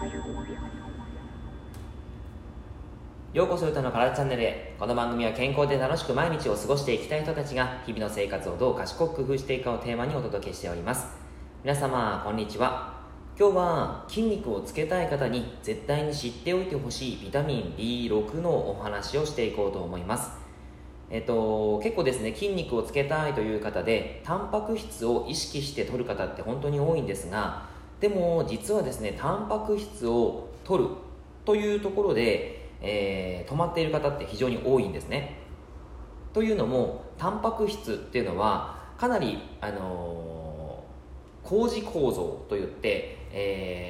ようこそ歌の体チャンネルへ。この番組は健康で楽しく毎日を過ごしていきたい人たちが日々の生活をどう賢く工夫していくかをテーマにお届けしております。皆様こんにちは。今日は筋肉をつけたい方に絶対に知っておいてほしいビタミン B6 のお話をしていこうと思います。結構ですね、筋肉をつけたいという方でタンパク質を意識して摂る方って本当に多いんですが、でも実はですね、タンパク質を摂るというところで止まっている方って非常に多いんですね。というのも、タンパク質っていうのはかなり、高次構造といって、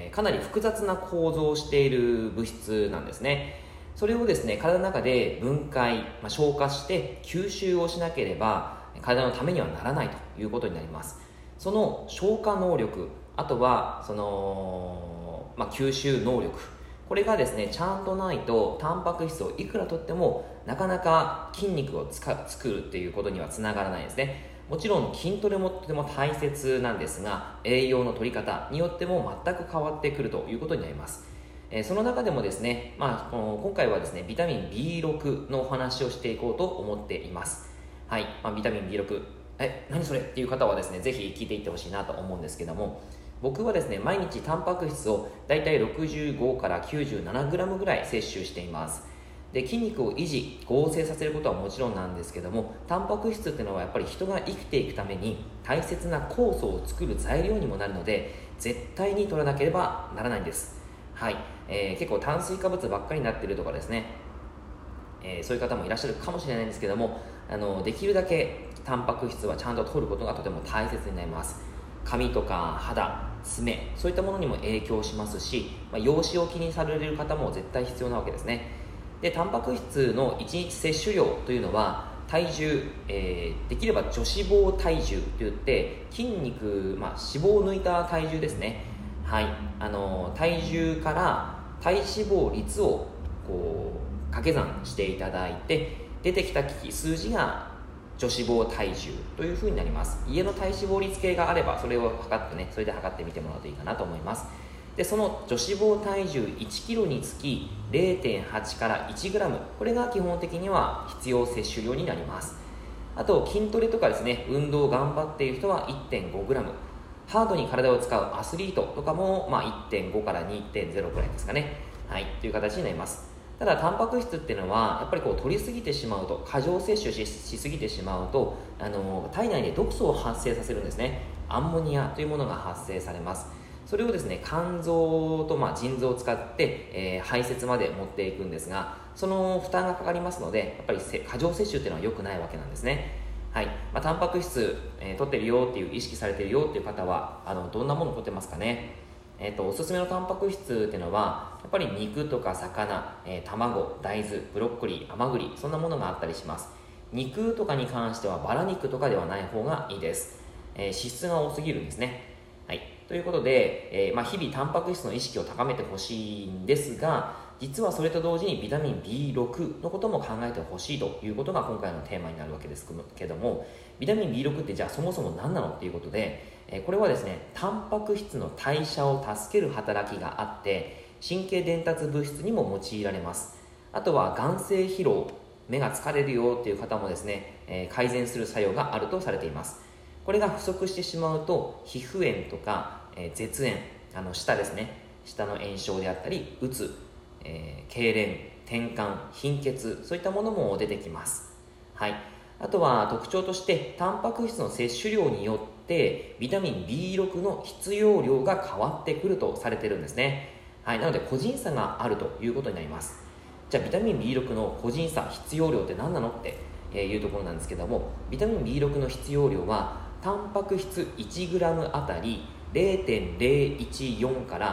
かなり複雑な構造をしている物質なんですね。それをですね、体の中で分解、消化して吸収をしなければ体のためにはならないということになります。その消化能力、あとはその、吸収能力、これがですねちゃんとないとタンパク質をいくらとってもなかなか筋肉を作るっていうことにはつながらないですね。もちろん筋トレもとても大切なんですが、栄養の取り方によっても全く変わってくるということになります。その中でもですね、今回はですねビタミン B6 のお話をしていこうと思っています。はい、ビタミン B6、何それっていう方はですねぜひ聞いていってほしいなと思うんですけども、僕はですね毎日タンパク質をだいたい65から 97g ぐらい摂取しています。で、筋肉を維持合成させることはもちろんなんですけども、タンパク質っていうのはやっぱり人が生きていくために大切な酵素を作る材料にもなるので、絶対に取らなければならないんです。はい、結構炭水化物ばっかりになっているとかですね、そういう方もいらっしゃるかもしれないんですけども、できるだけタンパク質はちゃんと取ることがとても大切になります。髪とか肌、爪、そういったものにも影響しますし、容姿を気にされる方も絶対必要なわけですね。で、タンパク質の1日摂取量というのは体重、できれば女子肪体重といって筋肉、脂肪を抜いた体重ですね。はい、体重から体脂肪率をこう掛け算していただいて、出てきた数字が女子肪体重というふうになります。家の体脂肪率計があればそれを測ってね、それで測ってみてもらうといいかなと思います。で、その女子肪体重 1kg につき 0.8 から 1g、 これが基本的には必要摂取量になります。あと筋トレとかですね、運動を頑張っている人は 1.5g、 ハードに体を使うアスリートとかも、1.5 から 2.0 くらいですかね。はい、という形になります。ただタンパク質っていうのはやっぱり取りすぎてしまうと、過剰摂取 しすぎてしまうと体内で毒素を発生させるんですね。アンモニアというものが発生されます。それをですね肝臓と腎臓を使って、排泄まで持っていくんですが、その負担がかかりますので、やっぱり過剰摂取っていうのは良くないわけなんですね。はい、タンパク質、取ってるよっていう、意識されてるよっていう方はどんなものを取ってますかね。おすすめのタンパク質っていうのはやっぱり肉とか魚、卵、大豆、ブロッコリー、甘栗、そんなものがあったりします。肉とかに関してはバラ肉とかではない方がいいです。脂質が多すぎるんですね。はい、ということで、日々タンパク質の意識を高めてほしいんですが、実はそれと同時にビタミン B6 のことも考えてほしいということが今回のテーマになるわけですけども、ビタミン B6 ってじゃあそもそも何なのっていうことで、これはですねタンパク質の代謝を助ける働きがあって、神経伝達物質にも用いられます。あとは眼性疲労、目が疲れるよっていう方もですね、改善する作用があるとされています。これが不足してしまうと皮膚炎とか、舌炎、舌ですね、舌の炎症であったりうつ、痙攣、転換、貧血、そういったものも出てきます。はい、あとは特徴としてタンパク質の摂取量によってビタミン B6 の必要量が変わってくるとされているんですね。はい、なので個人差があるということになります。じゃあビタミン B6 の個人差、必要量って何なのっていうところなんですけども、ビタミン B6 の必要量はタンパク質 1g あたり 0.014 から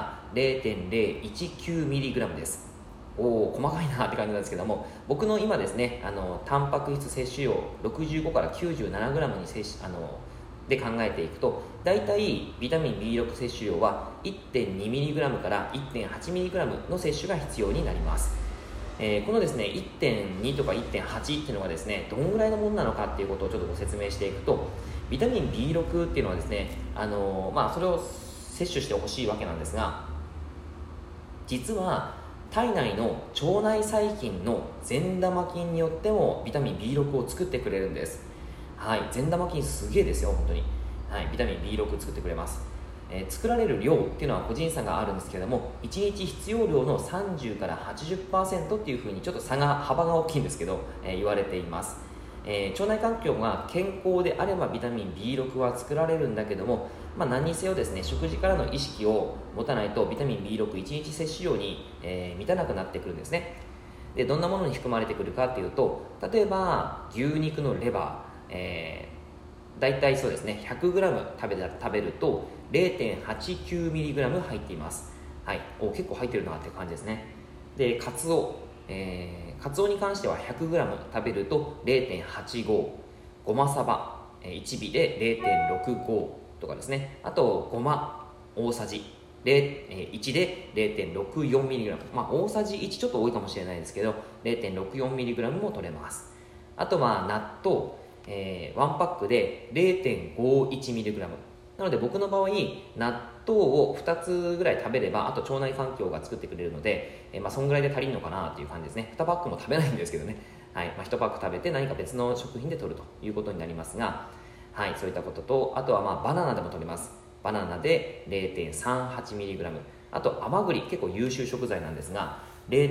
0.019mg です。細かいなって感じなんですけども、僕の今ですねタンパク質摂取量65から 97g にで考えていくと、だいたいビタミン B6 摂取量は 1.2mg から 1.8mg の摂取が必要になります。このですね 1.2 とか 1.8 っていうのがですねどんぐらいのものなのかっていうことをちょっとご説明していくと、ビタミン B6 っていうのはですねそれを摂取してほしいわけなんですが、 実は体内の腸内細菌の善玉菌によってもビタミン B6 を作ってくれるんです。はい、善玉菌すげえですよ本当に。はい、ビタミン B6 作ってくれます。作られる量っていうのは個人差があるんですけれども、1日必要量の30から 80% っていうふうにちょっと幅が大きいんですけど、言われています。腸内環境が健康であればビタミン B6 は作られるんだけども、何にせよですね、食事からの意識を持たないとビタミン B6 1日摂取量に、満たなくなってくるんですね。でどんなものに含まれてくるかっていうと、例えば牛肉のレバー、だいたいそうですね 100g 食べると 0.89mg 入っています。はい、結構入ってるなっていう感じですね。でカツオに関しては 100g 食べると 0.85、 ごまさば1尾で 0.65 とかですね。あとごま大さじ1で 0.64mg、大さじ1ちょっと多いかもしれないですけど 0.64mg も取れます。あとは納豆、1パックで 0.51mg なので、僕の場合納豆を2つぐらい食べればあと腸内環境が作ってくれるので、そんぐらいで足りるのかなという感じですね。2パックも食べないんですけどね、はい、1パック食べて何か別の食品で取るということになりますが、はい、そういったことと、あとはバナナでも取れます。バナナで 0.38mg、 あと甘栗結構優秀食材なんですが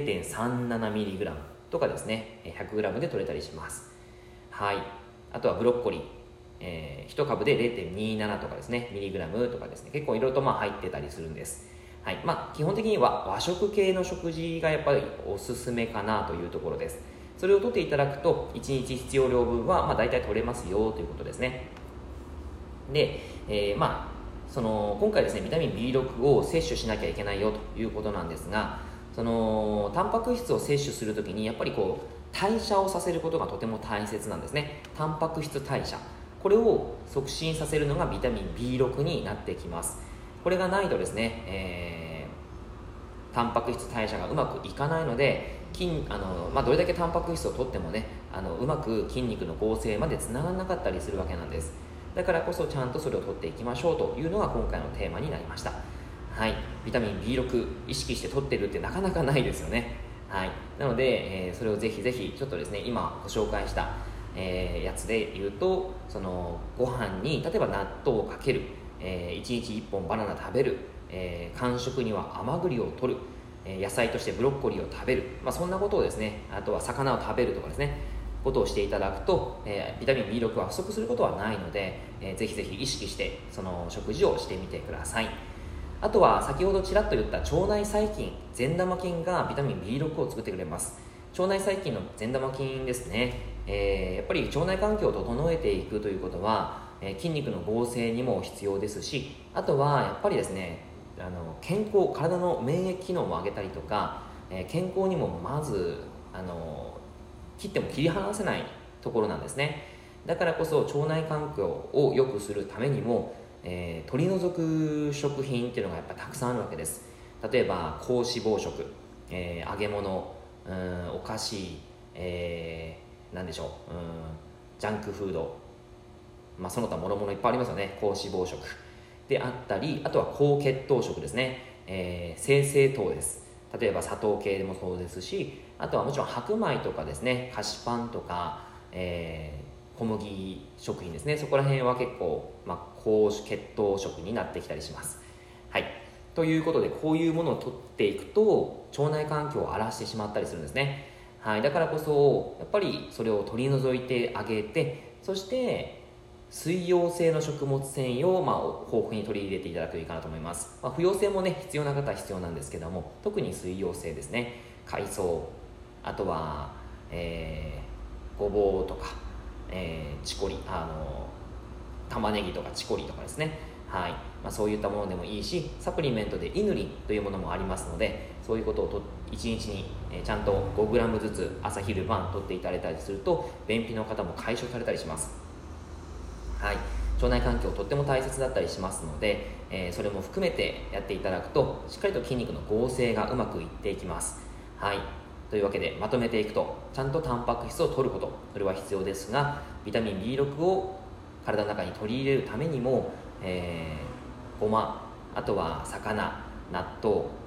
0.37mg とかですね、100g で取れたりします。はい、あとはブロッコリー、1株で 0.27 とかですね、ミリグラムとかですね、結構いろいろと入ってたりするんです。はい、基本的には和食系の食事がやっぱりおすすめかなというところです。それを取っていただくと1日必要量分は大体取れますよということですね。で、今回ですねビタミン B6 を摂取しなきゃいけないよということなんですが、タンパク質を摂取するときにやっぱり代謝をさせることがとても大切なんですね。タンパク質代謝、これを促進させるのがビタミン B6 になってきます。これがないとですね、タンパク質代謝がうまくいかないのでどれだけタンパク質を取ってもねうまく筋肉の合成までつながらなかったりするわけなんです。だからこそちゃんとそれを取っていきましょうというのが今回のテーマになりました。はい、ビタミン B6 意識して取ってるってなかなかないですよね。はい、なので、それをぜひぜひちょっとですね今ご紹介した、やつで言うと、ご飯に例えば納豆をかける、1日1本バナナ食べる、間食には甘栗を取る、野菜としてブロッコリーを食べる、そんなことをですね、あとは魚を食べるとかですねことをしていただくと、ビタミン B6 は不足することはないので、ぜひぜひ意識してその食事をしてみてください。あとは先ほどちらっと言った腸内細菌、善玉菌がビタミン B6 を作ってくれます。腸内細菌の善玉菌ですね、やっぱり腸内環境を整えていくということは、筋肉の合成にも必要ですし、あとはやっぱりですね健康、体の免疫機能も上げたりとか、健康にもまず切っても切り離せないところなんですね。だからこそ腸内環境を良くするためにも、取り除く食品っていうのがやっぱたくさんあるわけです。例えば高脂肪食、揚げ物、お菓子、なんでしょう、ジャンクフード、その他もろもろいっぱいありますよね。高脂肪食であったり、あとは高血糖食ですね、精製糖です。例えば砂糖系でもそうですし、あとはもちろん白米とかですね、菓子パンとか、小麦食品ですね、そこら辺は結構、高血糖食になってきたりします。はい、ということでこういうものを取っていくと腸内環境を荒らしてしまったりするんですね。はい、だからこそやっぱりそれを取り除いてあげて、そして水溶性の食物繊維を豊富に取り入れていただくといいかなと思います。不溶性もね必要な方は必要なんですけども、特に水溶性ですね。海藻、あとは、ごぼうとか、チコリ玉ねぎとかチコリとかですね。はい、そういったものでもいいし、サプリメントでイヌリンというものもありますので、そういうことを1日にちゃんと 5g ずつ朝昼晩取っていただいたりすると便秘の方も解消されたりします。はい、腸内環境とっても大切だったりしますので、それも含めてやっていただくとしっかりと筋肉の合成がうまくいっていきます。はい、というわけでまとめていくと、ちゃんとタンパク質を取ること、それは必要ですが、ビタミン B6 を体の中に取り入れるためにも、ごま、あとは魚、納豆、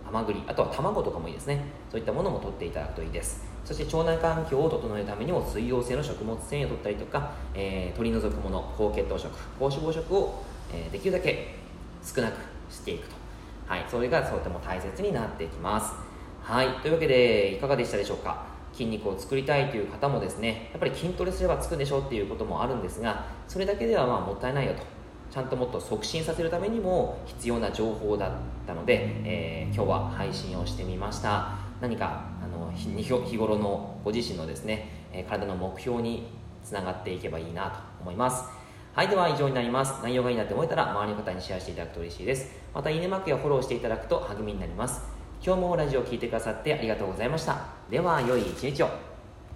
甘栗、あとは卵とかもいいですね。そういったものも摂っていただくといいです。そして腸内環境を整えるためにも水溶性の食物繊維を摂ったりとか、取り除くもの、高血糖食、高脂肪食を、できるだけ少なくしていくと、はい、それがとても大切になってきます。はい、というわけでいかがでしたでしょうか。筋肉を作りたいという方もですね、やっぱり筋トレすればつくんでしょうっていうこともあるんですが、それだけではもったいないよと、ちゃんともっと促進させるためにも必要な情報だったので、今日は配信をしてみました。何か日頃のご自身のですね、体の目標につながっていけばいいなと思います。はい、では以上になります。内容がいいなって思えたら周りの方にシェアしていただくと嬉しいです。またいいねマークやフォローしていただくと励みになります。今日もラジオを聞いてくださってありがとうございました。では良い一日を。